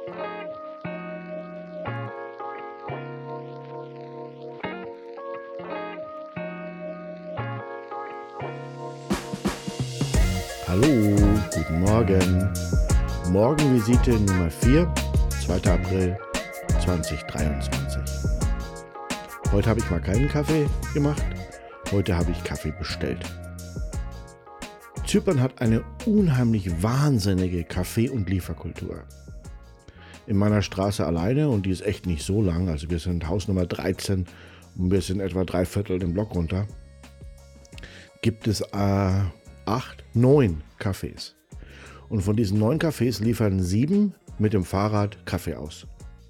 Hallo, guten Morgen. Morgenvisite Nummer 4, 2. April 2023. Heute habe ich mal keinen Kaffee gemacht, heute habe ich Kaffee bestellt. Zypern hat eine unheimlich wahnsinnige Kaffee- und Lieferkultur. In meiner Straße alleine, und die ist echt nicht so lang, also wir sind Haus Nummer 13 und wir sind etwa 3/4 den Block runter, gibt es 9 Cafés. Und von diesen 9 Cafés liefern 7 mit dem Fahrrad Kaffee aus.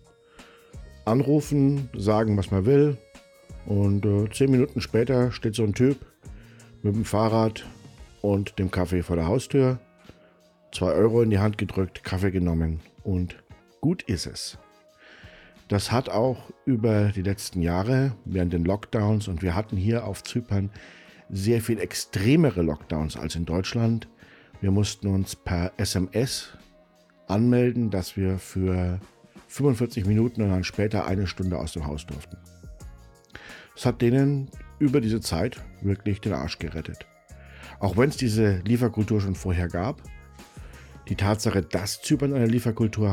Anrufen, sagen, was man will, und 10 Minuten später steht so ein Typ mit dem Fahrrad und dem Kaffee vor der Haustür, 2 Euro in die Hand gedrückt, Kaffee genommen und gut ist es. Das hat auch über die letzten Jahre während den Lockdowns, und wir hatten hier auf Zypern sehr viel extremere Lockdowns als in Deutschland. Wir mussten uns per SMS anmelden, dass wir für 45 Minuten und dann später 1 Stunde aus dem Haus durften. Das hat denen über diese Zeit wirklich den Arsch gerettet. Auch wenn es diese Lieferkultur schon vorher gab, die Tatsache, dass Zypern eine Lieferkultur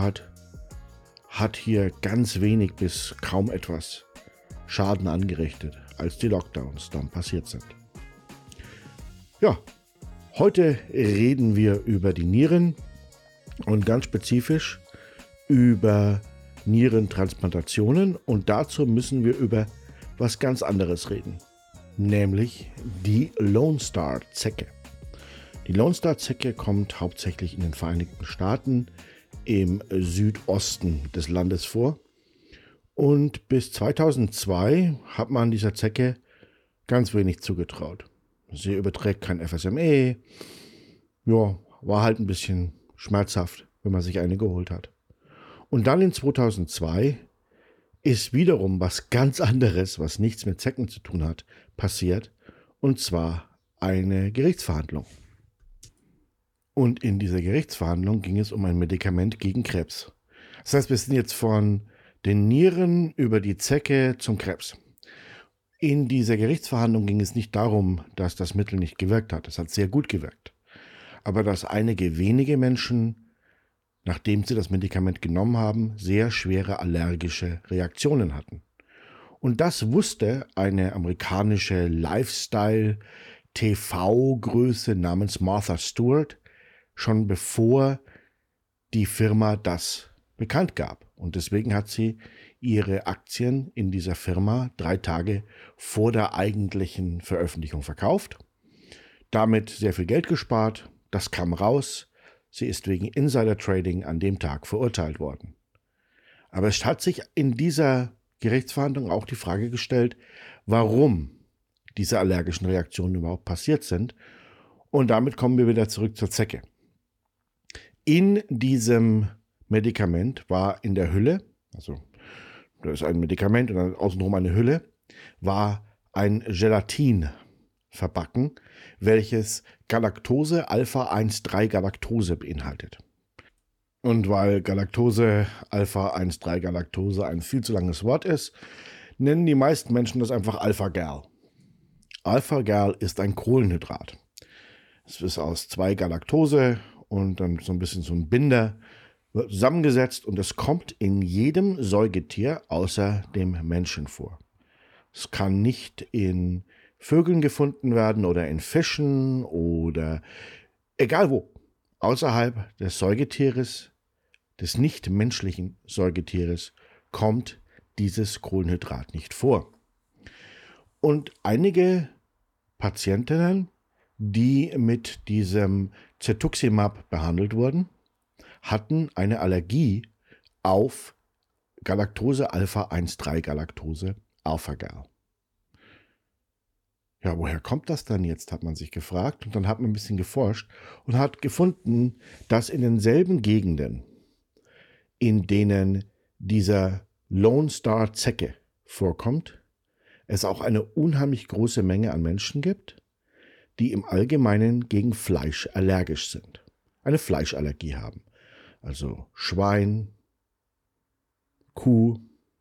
hat hier ganz wenig bis kaum etwas Schaden angerichtet, als die Lockdowns dann passiert sind. Ja, heute reden wir über die Nieren und ganz spezifisch über Nierentransplantationen, und dazu müssen wir über was ganz anderes reden, nämlich die Lone Star Zecke. Die Lone Star Zecke kommt hauptsächlich in den Vereinigten Staaten im Südosten des Landes vor, und bis 2002 hat man dieser Zecke ganz wenig zugetraut. Sie überträgt kein FSME. Ja, war halt ein bisschen schmerzhaft, wenn man sich eine geholt hat. Und dann in 2002 ist wiederum was ganz anderes, was nichts mit Zecken zu tun hat, passiert. Und zwar eine Gerichtsverhandlung. Und in dieser Gerichtsverhandlung ging es um ein Medikament gegen Krebs. Das heißt, wir sind jetzt von den Nieren über die Zecke zum Krebs. In dieser Gerichtsverhandlung ging es nicht darum, dass das Mittel nicht gewirkt hat. Es hat sehr gut gewirkt. Aber dass einige wenige Menschen, nachdem sie das Medikament genommen haben, sehr schwere allergische Reaktionen hatten. Und das wusste eine amerikanische Lifestyle-TV-Größe namens Martha Stewart schon bevor die Firma das bekannt gab. Und deswegen hat sie ihre Aktien in dieser Firma 3 Tage vor der eigentlichen Veröffentlichung verkauft. Damit sehr viel Geld gespart. Das kam raus. Sie ist wegen Insider-Trading an dem Tag verurteilt worden. Aber es hat sich in dieser Gerichtsverhandlung auch die Frage gestellt, warum diese allergischen Reaktionen überhaupt passiert sind. Und damit kommen wir wieder zurück zur Zecke. In diesem Medikament war in der Hülle, also da ist ein Medikament und dann außenrum eine Hülle, war ein Gelatin verbacken, welches Galaktose Alpha-1,3-Galaktose beinhaltet. Und weil Galaktose, Alpha-1,3-Galaktose ein viel zu langes Wort ist, nennen die meisten Menschen das einfach Alpha-Gal. Alpha-Gal ist ein Kohlenhydrat. Es ist aus 2 Galaktose und dann so ein bisschen so ein Binder zusammengesetzt, und es kommt in jedem Säugetier außer dem Menschen vor. Es kann nicht in Vögeln gefunden werden oder in Fischen oder egal wo. Außerhalb des Säugetieres, des nichtmenschlichen Säugetieres, kommt dieses Kohlenhydrat nicht vor. Und einige Patientinnen, die mit diesem Cetuximab behandelt wurden, hatten eine Allergie auf Galaktose Alpha-1,3-Galaktose, Alpha-Gal. Ja, woher kommt das dann jetzt, hat man sich gefragt. Und dann hat man ein bisschen geforscht und hat gefunden, dass in denselben Gegenden, in denen dieser Lone Star Zecke vorkommt, es auch eine unheimlich große Menge an Menschen gibt, die im Allgemeinen gegen Fleisch allergisch sind, eine Fleischallergie haben. Also Schwein, Kuh,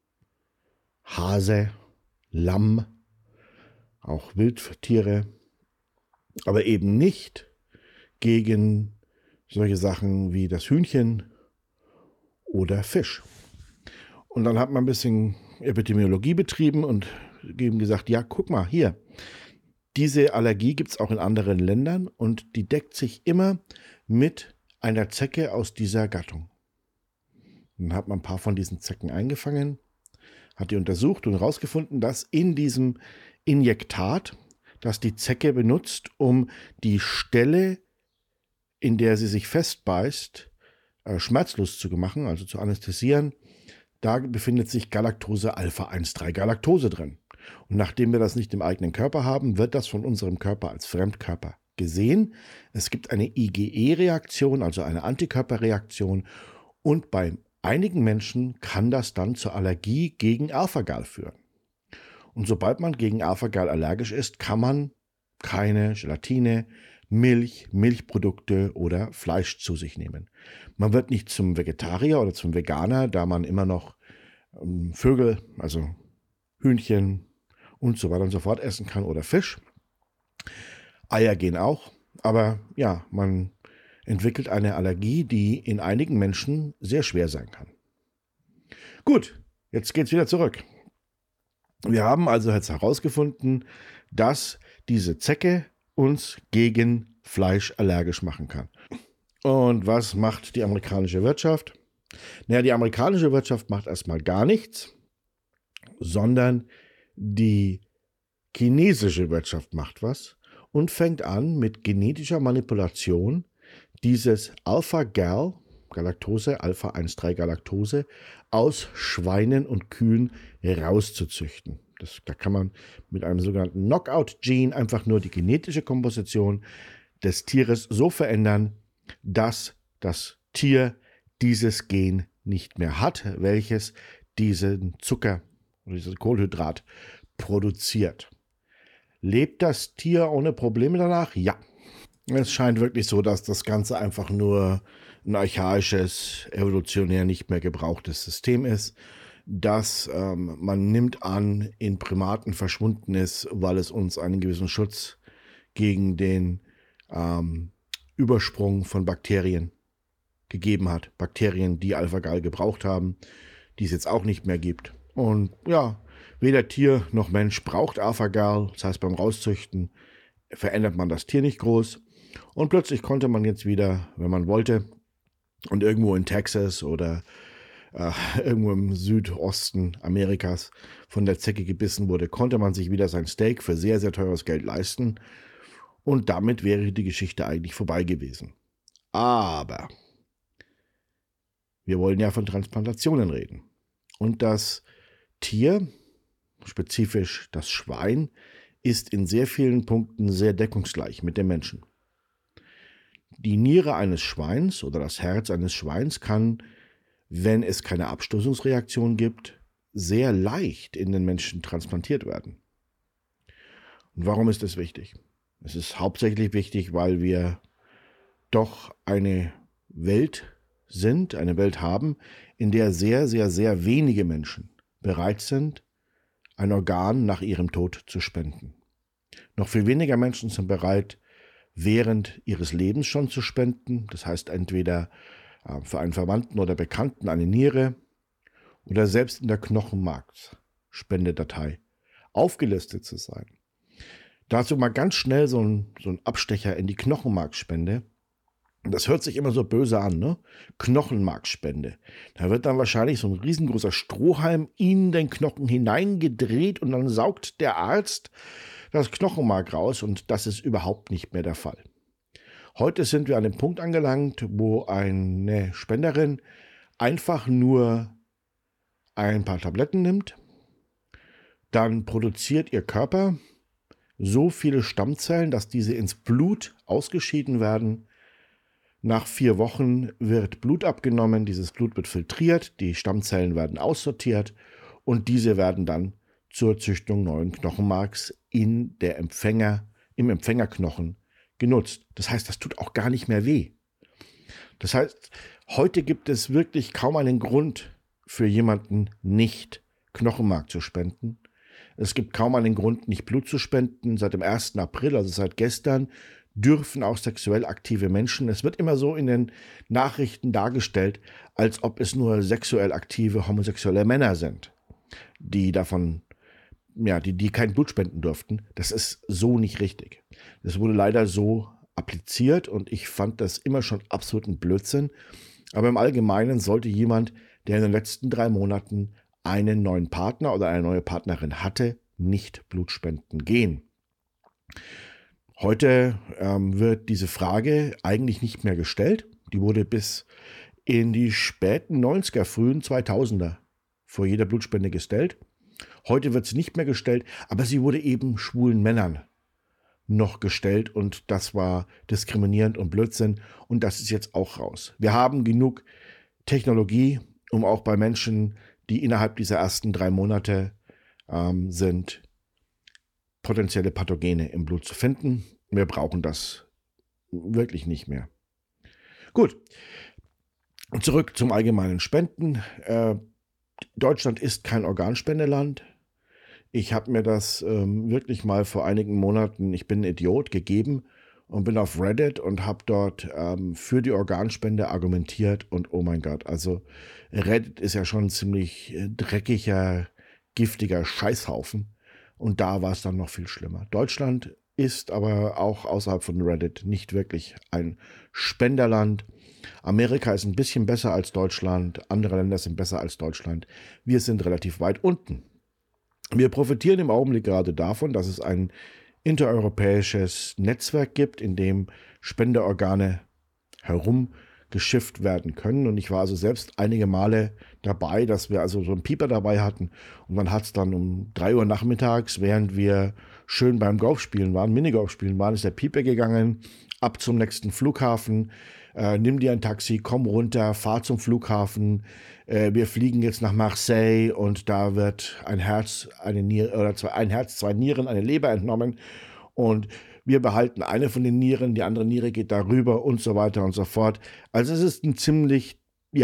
Hase, Lamm, auch Wildtiere, aber eben nicht gegen solche Sachen wie das Hühnchen oder Fisch. Und dann hat man ein bisschen Epidemiologie betrieben und eben gesagt, ja, guck mal, hier, diese Allergie gibt es auch in anderen Ländern und die deckt sich immer mit einer Zecke aus dieser Gattung. Dann hat man ein paar von diesen Zecken eingefangen, hat die untersucht und herausgefunden, dass in diesem Injektat, das die Zecke benutzt, um die Stelle, in der sie sich festbeißt, schmerzlos zu machen, also zu anästhesieren, da befindet sich Galactose-Alpha-1,3-Galactose drin. Und nachdem wir das nicht im eigenen Körper haben, wird das von unserem Körper als Fremdkörper gesehen. Es gibt eine IgE-Reaktion, also eine Antikörperreaktion. Und bei einigen Menschen kann das dann zur Allergie gegen Alpha-Gal führen. Und sobald man gegen Alpha-Gal allergisch ist, kann man keine Gelatine, Milch, Milchprodukte oder Fleisch zu sich nehmen. Man wird nicht zum Vegetarier oder zum Veganer, da man immer noch Vögel, also Hühnchen und so weiter und so fort essen kann oder Fisch. Eier gehen auch, aber ja, man entwickelt eine Allergie, die in einigen Menschen sehr schwer sein kann. Gut, jetzt geht's wieder zurück. Wir haben also jetzt herausgefunden, dass diese Zecke uns gegen Fleisch allergisch machen kann. Und was macht die amerikanische Wirtschaft? Naja, die amerikanische Wirtschaft macht erstmal gar nichts, sondern die chinesische Wirtschaft macht was und fängt an, mit genetischer Manipulation dieses Alpha-Gal, Galactose, Alpha-1,3-Galactose, aus Schweinen und Kühen rauszuzüchten. Da kann man mit einem sogenannten Knockout-Gene einfach nur die genetische Komposition des Tieres so verändern, dass das Tier dieses Gen nicht mehr hat, welches diesen Zucker oder dieses Kohlenhydrat produziert. Lebt das Tier ohne Probleme danach? Ja. Es scheint wirklich so, dass das Ganze einfach nur ein archaisches, evolutionär nicht mehr gebrauchtes System ist, das man nimmt an, in Primaten verschwunden ist, weil es uns einen gewissen Schutz gegen den Übersprung von Bakterien gegeben hat. Bakterien, die Alpha-Gal gebraucht haben, die es jetzt auch nicht mehr gibt. Und ja, weder Tier noch Mensch braucht Alpha-Gal. Das heißt, beim Rauszüchten verändert man das Tier nicht groß. Und plötzlich konnte man jetzt wieder, wenn man wollte, und irgendwo in Texas oder irgendwo im Südosten Amerikas von der Zecke gebissen wurde, konnte man sich wieder sein Steak für sehr, sehr teures Geld leisten. Und damit wäre die Geschichte eigentlich vorbei gewesen. Aber wir wollen ja von Transplantationen reden. Und das Tier, spezifisch das Schwein, ist in sehr vielen Punkten sehr deckungsgleich mit dem Menschen. Die Niere eines Schweins oder das Herz eines Schweins kann, wenn es keine Abstoßungsreaktion gibt, sehr leicht in den Menschen transplantiert werden. Und warum ist das wichtig? Es ist hauptsächlich wichtig, weil wir doch eine Welt sind, eine Welt haben, in der sehr, sehr, sehr wenige Menschen bereit sind, ein Organ nach ihrem Tod zu spenden. Noch viel weniger Menschen sind bereit, während ihres Lebens schon zu spenden. Das heißt, entweder für einen Verwandten oder Bekannten eine Niere oder selbst in der Knochenmarkspendedatei aufgelistet zu sein. Dazu mal ganz schnell so ein Abstecher in die Knochenmarksspende. Das hört sich immer so böse an, ne? Knochenmarkspende. Da wird dann wahrscheinlich so ein riesengroßer Strohhalm in den Knochen hineingedreht und dann saugt der Arzt das Knochenmark raus und das ist überhaupt nicht mehr der Fall. Heute sind wir an dem Punkt angelangt, wo eine Spenderin einfach nur ein paar Tabletten nimmt, dann produziert ihr Körper so viele Stammzellen, dass diese ins Blut ausgeschieden werden. Nach 4 Wochen wird Blut abgenommen, dieses Blut wird filtriert, die Stammzellen werden aussortiert und diese werden dann zur Züchtung neuen Knochenmarks im Empfängerknochen genutzt. Das heißt, das tut auch gar nicht mehr weh. Das heißt, heute gibt es wirklich kaum einen Grund, für jemanden nicht Knochenmark zu spenden. Es gibt kaum einen Grund, nicht Blut zu spenden. Seit dem 1. April, also seit gestern, dürfen auch sexuell aktive Menschen, es wird immer so in den Nachrichten dargestellt, als ob es nur sexuell aktive homosexuelle Männer sind, die die kein Blut spenden durften. Das ist so nicht richtig. Das wurde leider so appliziert und ich fand das immer schon absoluten Blödsinn. Aber im Allgemeinen sollte jemand, der in den letzten 3 Monaten einen neuen Partner oder eine neue Partnerin hatte, nicht Blut spenden gehen. Heute wird diese Frage eigentlich nicht mehr gestellt. Die wurde bis in die späten 90er, frühen 2000er vor jeder Blutspende gestellt. Heute wird sie nicht mehr gestellt, aber sie wurde eben schwulen Männern noch gestellt und das war diskriminierend und Blödsinn und das ist jetzt auch raus. Wir haben genug Technologie, um auch bei Menschen, die innerhalb dieser ersten 3 Monate sind, potenzielle Pathogene im Blut zu finden. Wir brauchen das wirklich nicht mehr. Gut, zurück zum allgemeinen Spenden. Deutschland ist kein Organspendeland. Ich habe mir das wirklich mal vor einigen Monaten, ich bin ein Idiot, gegeben und bin auf Reddit und habe dort für die Organspende argumentiert und oh mein Gott, also Reddit ist ja schon ein ziemlich dreckiger, giftiger Scheißhaufen und da war es dann noch viel schlimmer. Deutschland ist aber auch außerhalb von Reddit nicht wirklich ein Spenderland. Amerika ist ein bisschen besser als Deutschland, andere Länder sind besser als Deutschland. Wir sind relativ weit unten. Wir profitieren im Augenblick gerade davon, dass es ein intereuropäisches Netzwerk gibt, in dem Spenderorgane herumgeschifft werden können. Und ich war also selbst einige Male dabei, dass wir also so einen Pieper dabei hatten. Und man hat es dann um 3 Uhr nachmittags, während wir schön beim Golfspielen waren, Minigolfspielen waren, ist der Pieper gegangen, ab zum nächsten Flughafen. Nimm dir ein Taxi, komm runter, fahr zum Flughafen. Wir fliegen jetzt nach Marseille und da wird ein Herz, eine Niere oder ein Herz, 2 Nieren, eine Leber entnommen und wir behalten eine von den Nieren, die andere Niere geht darüber und so weiter und so fort. Also es ist ein ziemlich,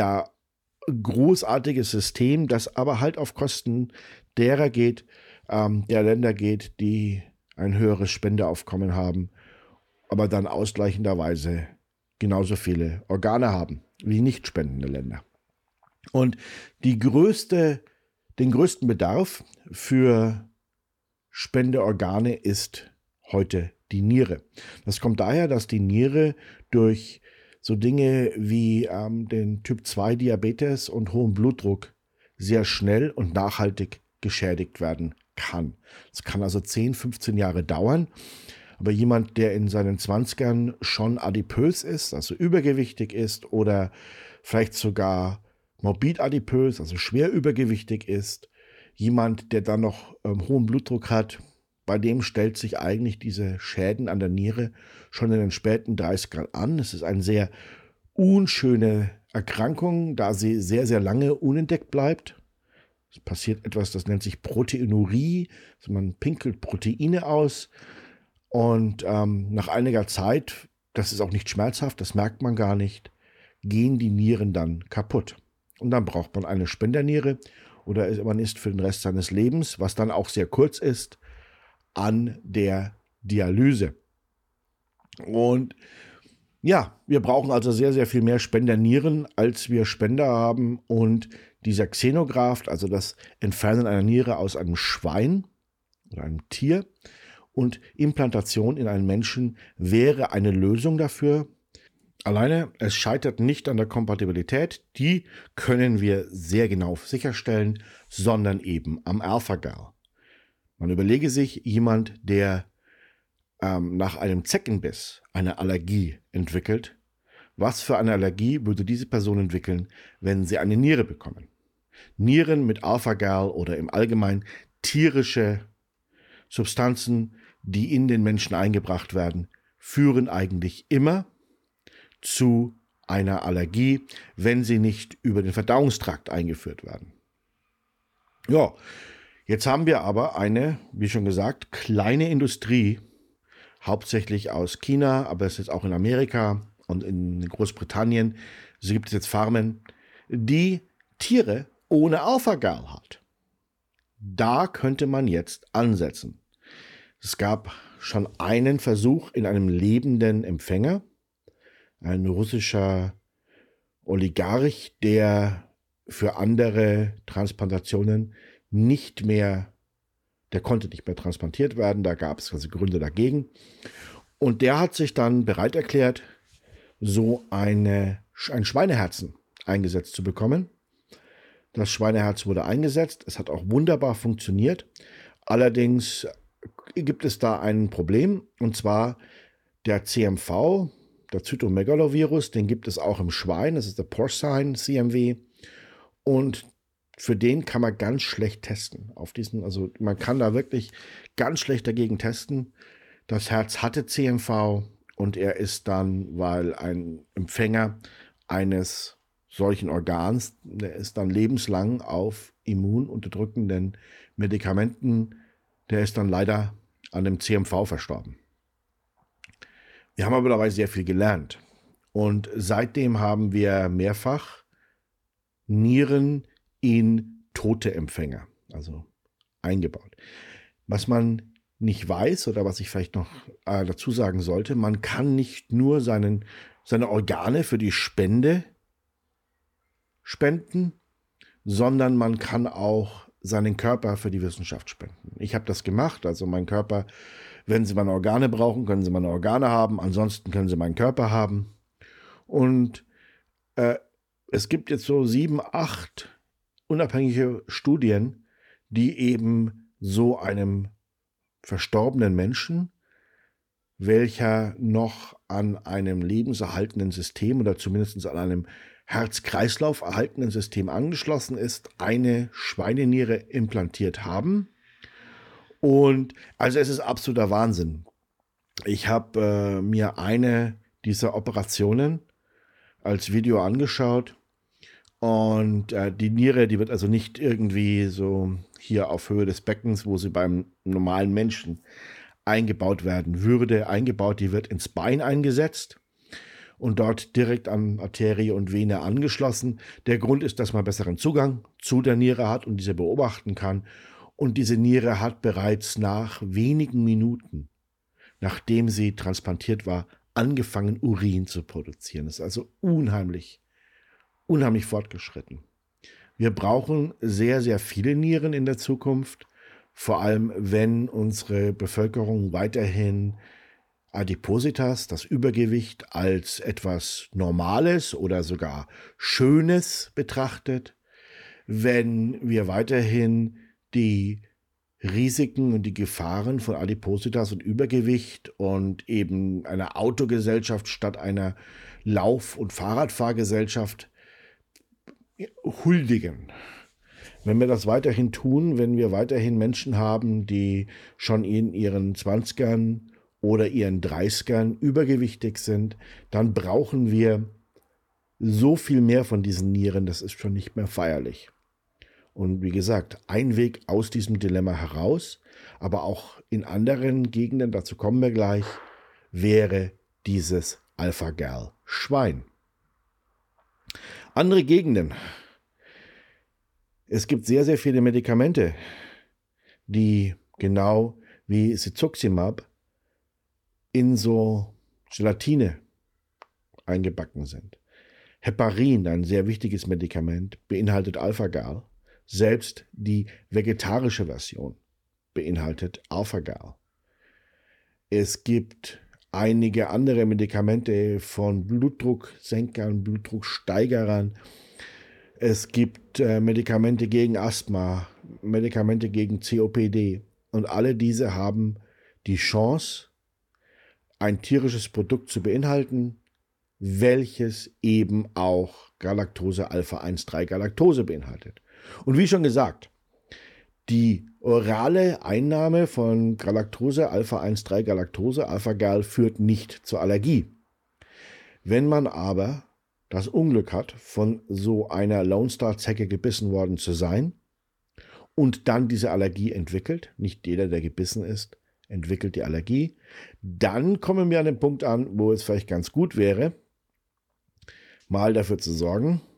großartiges System, das aber halt auf Kosten derer geht, der Länder geht, die ein höheres Spendeaufkommen haben, aber dann ausgleichenderweise genauso viele Organe haben wie nicht spendende Länder. Und den größten Bedarf für Spendeorgane ist heute die Niere. Das kommt daher, dass die Niere durch so Dinge wie den Typ-2-Diabetes und hohen Blutdruck sehr schnell und nachhaltig geschädigt werden kann. Es kann also 10, 15 Jahre dauern. Aber jemand, der in seinen 20ern schon adipös ist, also übergewichtig ist oder vielleicht sogar morbid adipös, also schwer übergewichtig ist, jemand, der dann noch hohen Blutdruck hat, bei dem stellt sich eigentlich diese Schäden an der Niere schon in den späten 30ern an. Es ist eine sehr unschöne Erkrankung, da sie sehr, sehr lange unentdeckt bleibt. Es passiert etwas, das nennt sich Proteinurie, also man pinkelt Proteine aus. Und nach einiger Zeit, das ist auch nicht schmerzhaft, das merkt man gar nicht, gehen die Nieren dann kaputt. Und dann braucht man eine Spenderniere oder man ist für den Rest seines Lebens, was dann auch sehr kurz ist, an der Dialyse. Und ja, wir brauchen also sehr, sehr viel mehr Spendernieren, als wir Spender haben. Und dieser Xenograft, also das Entfernen einer Niere aus einem Schwein oder einem Tier, und Implantation in einen Menschen wäre eine Lösung dafür. Alleine, es scheitert nicht an der Kompatibilität, die können wir sehr genau sicherstellen, sondern eben am Alpha-Gal. Man überlege sich, jemand, der nach einem Zeckenbiss eine Allergie entwickelt, was für eine Allergie würde diese Person entwickeln, wenn sie eine Niere bekommen? Nieren mit Alpha-Gal oder im Allgemeinen tierische Substanzen, die in den Menschen eingebracht werden, führen eigentlich immer zu einer Allergie, wenn sie nicht über den Verdauungstrakt eingeführt werden. Ja, jetzt haben wir aber eine, wie schon gesagt, kleine Industrie, hauptsächlich aus China, aber es ist auch in Amerika und in Großbritannien. So gibt es jetzt Farmen, die Tiere ohne Alpha-Gal hat. Da könnte man jetzt ansetzen. Es gab schon einen Versuch in einem lebenden Empfänger, ein russischer Oligarch, der für andere Transplantationen der konnte nicht mehr transplantiert werden, da gab es also Gründe dagegen. Und der hat sich dann bereit erklärt, so ein Schweineherzen eingesetzt zu bekommen. Das Schweineherz wurde eingesetzt, es hat auch wunderbar funktioniert. Allerdings gibt es da ein Problem, und zwar der CMV, der Cytomegalovirus, den gibt es auch im Schwein, das ist der Porcine CMV, und für den kann man ganz schlecht testen. Also man kann da wirklich ganz schlecht dagegen testen. Das Herz hatte CMV und er ist dann, weil ein Empfänger eines solchen Organs, der ist dann lebenslang auf immununterdrückenden Medikamenten, der ist dann leider an dem CMV verstorben. Wir haben aber dabei sehr viel gelernt. Und seitdem haben wir mehrfach Nieren in tote Empfänger, also eingebaut. Was man nicht weiß oder was ich vielleicht noch dazu sagen sollte, man kann nicht nur seine Organe für die Spende spenden, sondern man kann auch seinen Körper für die Wissenschaft spenden. Ich habe das gemacht, also mein Körper, wenn Sie meine Organe brauchen, können Sie meine Organe haben, ansonsten können Sie meinen Körper haben. Und es gibt jetzt so 7, 8 unabhängige Studien, die eben so einem verstorbenen Menschen, welcher noch an einem lebenserhaltenden System oder zumindest an einem Herz-Kreislauf erhaltenen System angeschlossen ist, eine Schweineniere implantiert haben. Und also es ist absoluter Wahnsinn. Ich habe mir eine dieser Operationen als Video angeschaut und die Niere, die wird also nicht irgendwie so hier auf Höhe des Beckens, wo sie beim normalen Menschen eingebaut werden würde, eingebaut. Die wird ins Bein eingesetzt und dort direkt an Arterie und Vene angeschlossen. Der Grund ist, dass man besseren Zugang zu der Niere hat und diese beobachten kann. Und diese Niere hat bereits nach wenigen Minuten, nachdem sie transplantiert war, angefangen, Urin zu produzieren. Das ist also unheimlich fortgeschritten. Wir brauchen sehr, sehr viele Nieren in der Zukunft, vor allem wenn unsere Bevölkerung weiterhin Adipositas, das Übergewicht, als etwas Normales oder sogar Schönes betrachtet, wenn wir weiterhin die Risiken und die Gefahren von Adipositas und Übergewicht und eben einer Autogesellschaft statt einer Lauf- und Fahrradfahrgesellschaft huldigen. Wenn wir das weiterhin tun, wenn wir weiterhin Menschen haben, die schon in ihren 20ern oder ihren 30ern übergewichtig sind, dann brauchen wir so viel mehr von diesen Nieren, das ist schon nicht mehr feierlich. Und wie gesagt, ein Weg aus diesem Dilemma heraus, aber auch in anderen Gegenden, dazu kommen wir gleich, wäre dieses Alpha-Gal-Schwein. Andere Gegenden. Es gibt sehr, sehr viele Medikamente, die genau wie Cetuximab in so Gelatine eingebacken sind. Heparin, ein sehr wichtiges Medikament, beinhaltet Alpha-Gal. Selbst die vegetarische Version beinhaltet Alpha-Gal. Es gibt einige andere Medikamente von Blutdrucksenkern, Blutdrucksteigerern. Es gibt Medikamente gegen Asthma, Medikamente gegen COPD. Und alle diese haben die Chance, ein tierisches Produkt zu beinhalten, welches eben auch Galactose-Alpha-1,3-Galaktose beinhaltet. Und wie schon gesagt, die orale Einnahme von Galaktose, Alpha-1,3-Galaktose, Alpha-Gal führt nicht zur Allergie. Wenn man aber das Unglück hat, von so einer Lone Star-Zecke gebissen worden zu sein und dann diese Allergie entwickelt, nicht jeder, der gebissen ist, entwickelt die Allergie, dann kommen wir an den Punkt an, wo es vielleicht ganz gut wäre, mal dafür zu sorgen,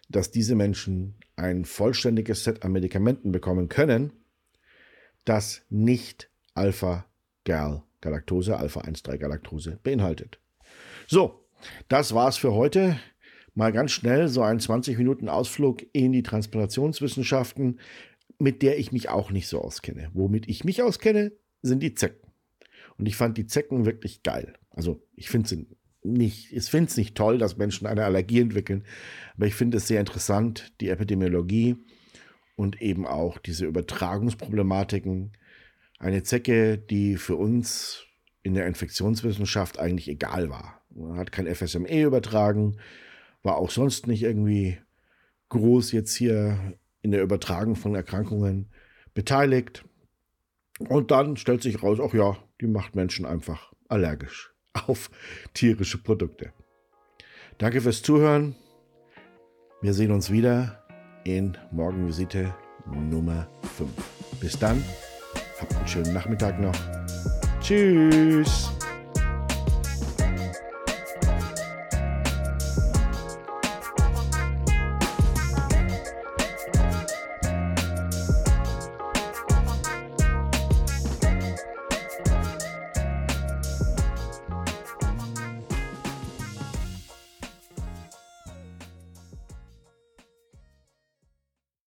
dass diese Menschen ein vollständiges Set an Medikamenten bekommen können, das nicht Alpha-Gal-Galaktose, Alpha-1,3-Galaktose beinhaltet. So, das war's für heute. Mal ganz schnell so ein 20-Minuten-Ausflug in die Transplantationswissenschaften, mit der ich mich auch nicht so auskenne. Womit ich mich auskenne, sind die Zecken. Und ich fand die Zecken wirklich geil. Also ich finde es nicht toll, dass Menschen eine Allergie entwickeln, aber ich finde es sehr interessant, die Epidemiologie und eben auch diese Übertragungsproblematiken. Eine Zecke, die für uns in der Infektionswissenschaft eigentlich egal war. Man hat kein FSME übertragen, war auch sonst nicht irgendwie groß jetzt hier in der Übertragung von Erkrankungen beteiligt. Und dann stellt sich raus, ach ja, die macht Menschen einfach allergisch auf tierische Produkte. Danke fürs Zuhören. Wir sehen uns wieder in Morgenvisite Nummer 5. Bis dann, habt einen schönen Nachmittag noch. Tschüss.